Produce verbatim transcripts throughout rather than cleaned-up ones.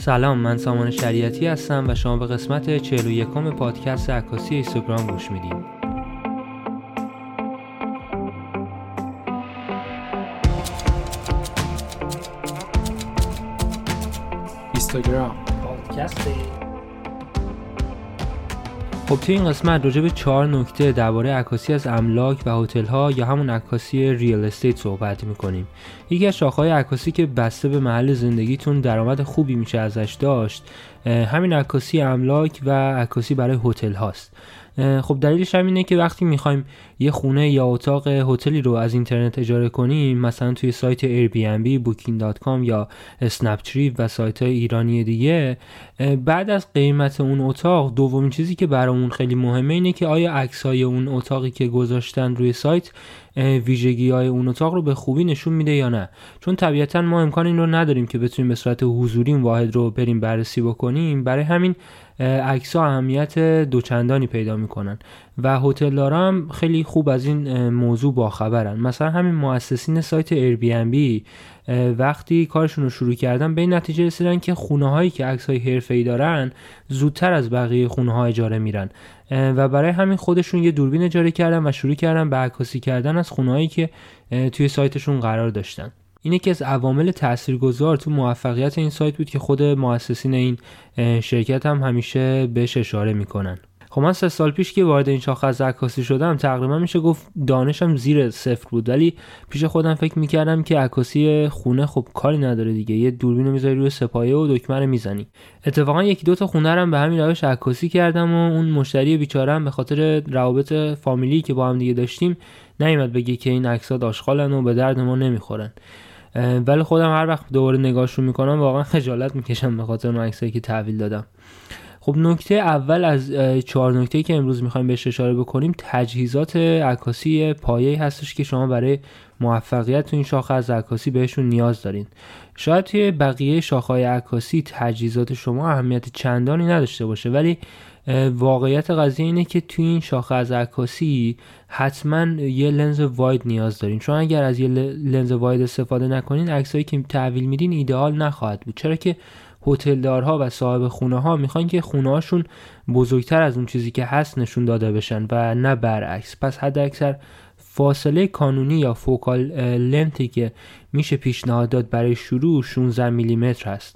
سلام، من سامان شریعتی هستم و شما به قسمت چهل و یکم پادکست عکاسی اینستاگرام گوش میدین. اینستاگرام پادکست. خب توی این قسمت راجع به چهار نکته درباره عکاسی از املاک و هتل‌ها یا همون عکاسی ریال استیت صحبت می‌کنیم. یکی از شاخه‌های عکاسی که بسته به محل زندگیتون درآمد خوبی میشه ازش داشت، همین عکاسی املاک و عکاسی برای هتل هاست. خب دلیلش هم اینه که وقتی میخوایم یه خونه یا اتاق هتلی رو از اینترنت اجاره کنیم، مثلا توی سایت ایر بی ام بی، بوکینگ دات کام یا اسنپ تری و سایت‌های ایرانی دیگه، بعد از قیمت اون اتاق دومین چیزی که برامون خیلی مهمه اینه که آیا عکس‌های اون اتاقی که گذاشتن روی سایت ویژگی‌های اون اتاق رو به خوبی نشون میده یا نه. چون طبیعتاً ما امکان این رو نداریم که بتونیم به صورت حضوری این واحد رو بریم بررسی بکنیم. برای همین عکس‌ها اهمیت دوچندانی پیدا میکنن و هتل‌دارا هم خیلی خوب از این موضوع باخبرن. مثلا همین مؤسسین سایت ایر بی ام بی وقتی کارشون رو شروع کردن به این نتیجه رسیدن که خونه‌هایی که عکس‌های حرفه‌ای دارن زودتر از بقیه خونه‌ها اجاره میرن و برای همین خودشون یه دوربین اجاره کردن و شروع کردن به عکاسی کردن از خونه‌هایی که توی سایتشون قرار داشتن. این یکی از عوامل تاثیرگذار تو موفقیت این سایت بود که خود مؤسسین این شرکت هم همیشه بهش اشاره میکنن. خب من سه سال پیش که وارد این شاخه از عکاسی شدم تقریبا میشه گفت دانشم زیر صفر بود، ولی پیش خودم فکر میکردم که عکاسی خونه خب کاری نداره دیگه، یه دوربین رو میذاری روی سپایه و دکمه رو میزنی. اتفاقا یکی دو تا خونه رو هم به همین روش عکاسی کردم و اون مشتری بیچاره هم به خاطر روابط فامیلی که با هم دیگه داشتیم نمیاد بگه که این عکس‌ها داشخالن و به درد ما نمیخورن. ولی خودم هر وقت دوباره نگاهشون میکنم واقعا خجالت میکشم به خاطر اون عکسایی که تحویل دادم. خب نکته اول از چهار نکته‌ای که امروز میخوایم بهش اشاره بکنیم تجهیزات عکاسی پایه‌ای هستش که شما برای موفقیت تو این شاخه از عکاسی بهشون نیاز دارین. شاید توی بقیه شاخه‌های عکاسی تجهیزات شما اهمیت چندانی نداشته باشه، ولی واقعیت قضیه اینه که توی این شاخه از عکاسی حتما یه لنز واید نیاز دارین، چون اگر از یه لنز واید استفاده نکنین عکسایی که تحویل میدین ایدئال نخواهد بود، چرا که هتلدارها و صاحب خونه ها میخوان که خونه هاشون بزرگتر از اون چیزی که هست نشون داده بشن و نه برعکس. پس حد اکثر فاصله کانونی یا فوکال لنتی که میشه پیشنهاد داد برای شروع شانزده میلیمتر هست.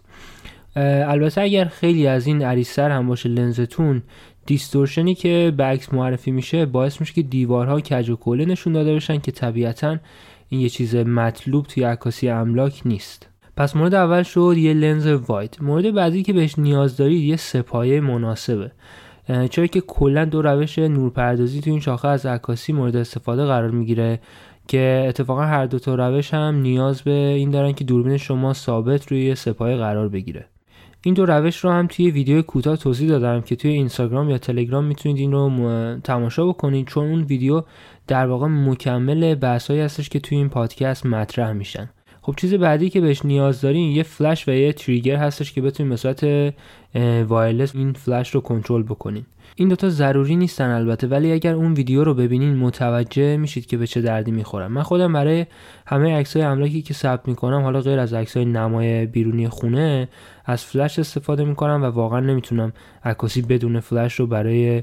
البته اگر خیلی از این عریض‌تر هم باشه لنزتون، دیستورشنی که به عکس معرفی میشه باعث میشه که دیوارها کج و کوله نشون داده بشن که طبیعتاً این یه چیز مطلوب توی عکاسی املاک نیست. پس مورد اول شد یه لنز واید. مورد بعدی که بهش نیاز دارید یه سپایه مناسبه، چرا که کلا دو روش نورپردازی تو این شاخه از عکاسی مورد استفاده قرار میگیره که اتفاقا هر دو تا روش هم نیاز به این دارن که دوربین شما ثابت روی یه سپایه قرار بگیره. این دو روش رو هم توی ویدیو کوتاه توضیح دادم که توی اینستاگرام یا تلگرام میتونید این رو م... تماشا بکنید، چون اون ویدیو در واقع مکمل بحثایی هستش که توی این پادکست مطرح میشن. خب چیز بعدی که بهش نیاز دارین یه فلش و یه تریگر هستش که بتونید به صورت وایرلس این فلش رو کنترل بکنین. این دوتا ضروری نیستن البته، ولی اگر اون ویدیو رو ببینین متوجه میشید که به چه دردی میخورن. من خودم برای همه عکسای املاکی که ثبت میکنم، حالا غیر از عکسای نمای بیرونی خونه، از فلش استفاده میکنم و واقعا نمیتونم عکاسی بدون فلش رو برای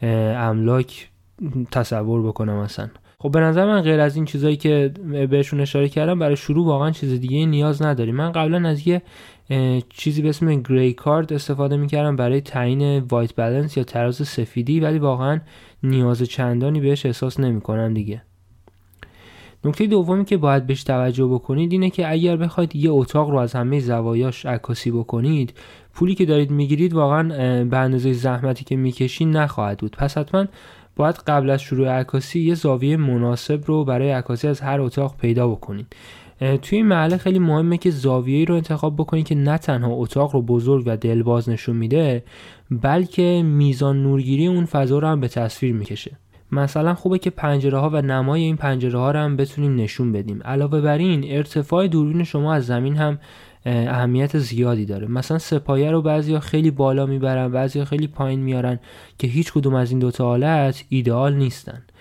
املاک تصور بکنم اصلا. خب به نظر من غیر از این چیزایی که بهشون اشاره کردم برای شروع واقعا چیز دیگه نیاز نداری. من قبلا از یه چیزی به اسم گری کارد استفاده میکردم برای تعیین وایت بالانس یا تراز سفیدی، ولی واقعا نیاز چندانی بهش احساس نمیکنم دیگه. نکته دومی که باید بهش توجه بکنید اینه که اگر بخواید یه اتاق رو از همه زوایاش عکاسی بکنید، پولی که دارید میگیرید واقعا به اندازه زحمتی که میکشین نخواهد بود. پس حتما باید قبل از شروع عکاسی یه زاویه مناسب رو برای عکاسی از هر اتاق پیدا بکنید. توی این مرحله خیلی مهمه که زاویه‌ای رو انتخاب بکنید که نه تنها اتاق رو بزرگ و دلباز نشون میده، بلکه میزان نورگیری اون فضا رو هم به تصویر میکشه. مثلا خوبه که پنجره ها و نمای این پنجره ها رو هم بتونیم نشون بدیم. علاوه بر این ارتفاع دوربین شما از زمین هم اهمیت زیادی داره. مثلا سپایه رو بعضیا خیلی بالا میبرن، بعضیا خیلی پایین میارن که هیچ کدوم از این دوتا حالت ایدئال نیستن.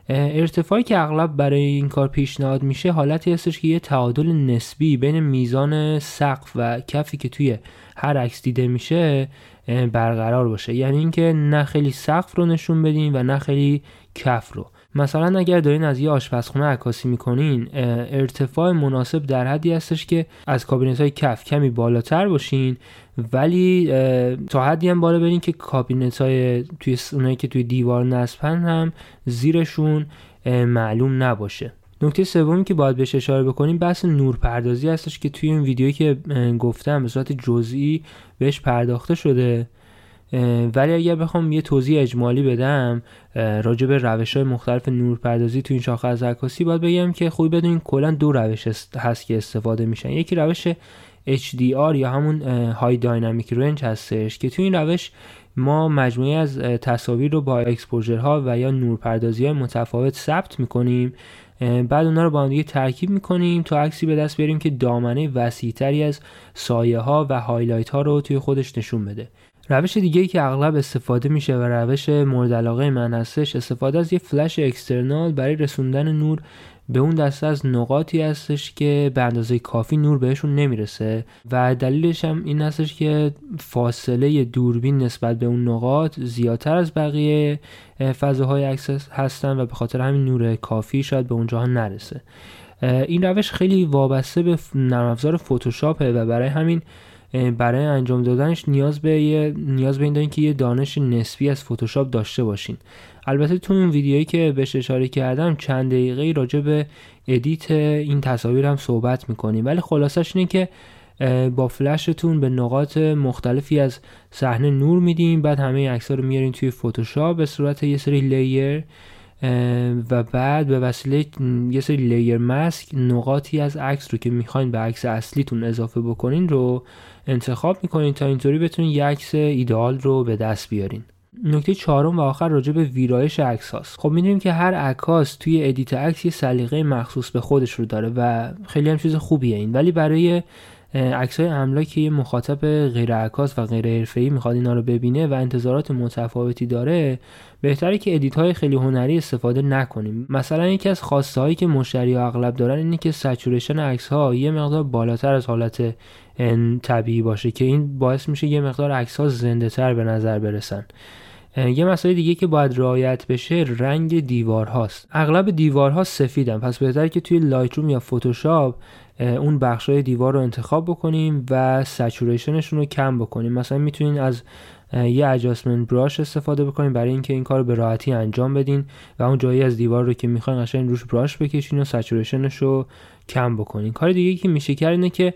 ارتفاعی که اغلب برای این کار پیشنهاد میشه حالتی هستش که یه تعادل نسبی بین میزان سقف و کفی که توی هر عکس دیده میشه برقرار باشه. یعنی اینکه نه خیلی سقف رو نشون بدین و نه خیلی کف رو. مثلا اگر دارین از یه آشپزخونه عکاسی میکنین، ارتفاع مناسب در حدی هستش که از کابینت های کف کمی بالاتر باشین، ولی تا حدی هم بالا برین که کابینت های توی اونایی که توی دیوار نصبن هم زیرشون معلوم نباشه. نکته سومی که باید بهش اشاره بکنیم بحث نورپردازی هستش که توی این ویدیویی که گفتم به صورت جزئی بهش پرداخته شده، ولی اگر بخوام یه توضیح اجمالی بدم راجع به روش‌های مختلف نورپردازی تو این شاخه از عکاسی، باید بگم که خوبی بدونین کلا دو روش هست که استفاده میشن. یکی روش اچ دی آر یا همون های داینامیک رنج هستش که تو این روش ما مجموعه از تصاویر رو با اکسپوژرها و یا نورپردازی‌های متفاوت ثبت می‌کنیم، بعد اونا رو با هم دیگه ترکیب می‌کنیم تا عکسی به دست بیاریم که دامنه وسیع‌تری از سایه‌ها و هایلایت‌ها رو توی خودش نشون بده. روش دیگه‌ای که اغلب استفاده میشه و روش مورد علاقه من هستش استفاده از یه فلش اکسترنال برای رسوندن نور به اون دسته از نقاطی هستش که به اندازه کافی نور بهشون نمیرسه و دلیلش هم این هستش که فاصله دوربین نسبت به اون نقاط زیادتر از بقیه فضاهای عکس هستن و به خاطر همین نور کافی شاید به اونجاها نرسه. این روش خیلی وابسته به نرم افزار فتوشاپه و برای همین برای انجام دادنش نیاز به یه نیاز به این دارین که یه دانش نسبی از فتوشاپ داشته باشین. البته تو اون ویدیویی که بهش اشاره کردم چند دقیقه‌ای راجع به ادیت این تصاویر هم صحبت می‌کنیم، ولی خلاصش اینه که با فلشتون به نقاط مختلفی از صحنه نور میدیم، بعد همه عکس‌ها رو میارین توی فتوشاپ به صورت یه سری لیر و بعد به وسیله یه سری لیر ماسک نقاطی از عکس رو که میخواین به عکس اصلیتون اضافه بکنین رو انتخاب میکنین تا اینطوری بتونین یه عکس ایدئال رو به دست بیارین. نکته چهارم و آخر راجع به ویرایش عکس هاست. خب میدونیم که هر عکاس توی ادیت عکس یه سلیقه مخصوص به خودش رو داره و خیلی هم چیز خوبیه این، ولی برای عکس‌های املاک که یه مخاطب غیر عکاس و غیر حرفه‌ای میخواد اینا رو ببینه و انتظارات متفاوتی داره، بهتره که ادیت‌های خیلی هنری استفاده نکنیم. مثلا یکی از خواسته‌هایی که مشتری‌ها اغلب دارن اینه که سچوریشن عکس‌ها یه مقدار بالاتر از حالت طبیعی باشه که این باعث میشه یه مقدار عکس‌ها زنده‌تر به نظر برسن. یه مسئله دیگه که باید رعایت بشه رنگ دیوارهاست. اغلب دیوارها سفیدن، پس بهتره که توی لایتروم یا فتوشاپ اون بخشای دیوار رو انتخاب بکنیم و سچوریشنشون رو کم بکنیم. مثلا میتونین از یه ادجاستمنت براش استفاده بکنین برای اینکه این کارو به راحتی انجام بدین و اون جایی از دیوار رو که میخواین قشنگ روش براش بکشین و سچوریشنش رو کم بکنین. کار دیگه که میشه کرد اینه که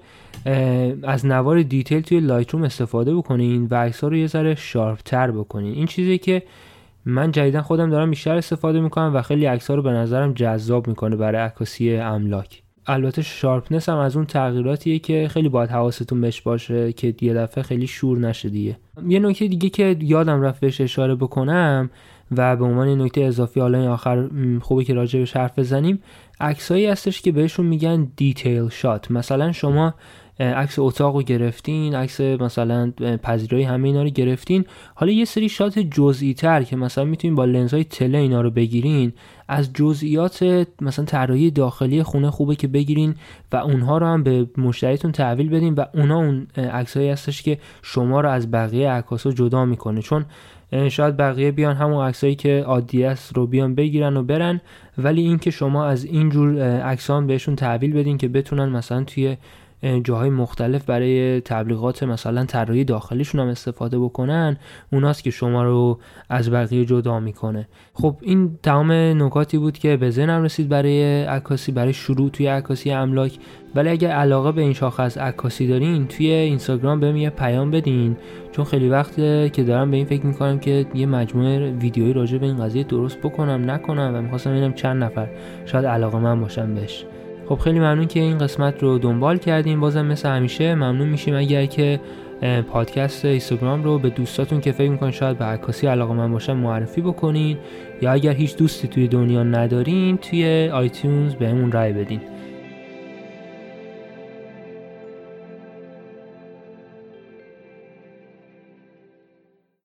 از نوار دیتیل توی لایتروم استفاده بکنین و عکس‌ها رو یه ذره شارپ تر بکنین. این چیزی که من جدیدن خودم دارم بیشتر استفاده میکنم و خیلی عکس‌ها رو به نظرم جذاب میکنه برای عکاسی املاک. البته شارپنس هم از اون تغییراتیه که خیلی باید حواستون بهش باشه که یه دفعه خیلی شور نشه دیگه. یه نکته دیگه که یادم رفت بهش اشاره بکنم و به عنوان یه نکته اضافی حالا آخر خوبه که راجع بهش حرف بزنیم، عکسایی هستش که بهشون میگن دیتیل شات. مثلا شما عکس اتاقو گرفتین، عکس مثلا پذیرایی همه اینا رو گرفتین، حالا یه سری شات جزئی تر که مثلا میتونین با لنزهای تله اینا رو بگیرین، از جزئیات مثلا طراحی داخلی خونه خوبه که بگیرین و اونها رو هم به مشتریتون تحویل بدین و اونا اون عکسایی هستش که شما رو از بقیه عکاسا جدا میکنه. چون شاید بقیه بیان همون عکسایی که عادی است رو بیان بگیرن و برن، ولی این که شما از این جور عکس‌ها بهشون تحویل بدین که بتونن مثلا توی جاهای مختلف برای تبلیغات مثلا طراحی داخلیشون هم استفاده بکنن، اوناست که شما رو از بقیه جدا میکنه. خب این تمام نکاتی بود که به ذهنم رسید برای عکاسی، برای شروع توی عکاسی املاک. ولی اگر علاقه به این شاخه از عکاسی دارین توی اینستاگرام بهم یه پیام بدین، چون خیلی وقته که دارم به این فکر میکنم که یه مجموعه ویدیویی راجع به این قضیه درست بکنم نکنم و میخواستم ببینم چند نفر شاید علاقه من باشن بهش. خب خیلی ممنون که این قسمت رو دنبال کردین. بازم مثل همیشه ممنون میشیم اگر که پادکست اینستاگرام رو به دوستاتون که فکر میکنن شاید به عکاسی علاقه‌مند باشن معرفی بکنین، یا اگر هیچ دوستی توی دنیا ندارین توی آیتیونز بهمون رای بدین.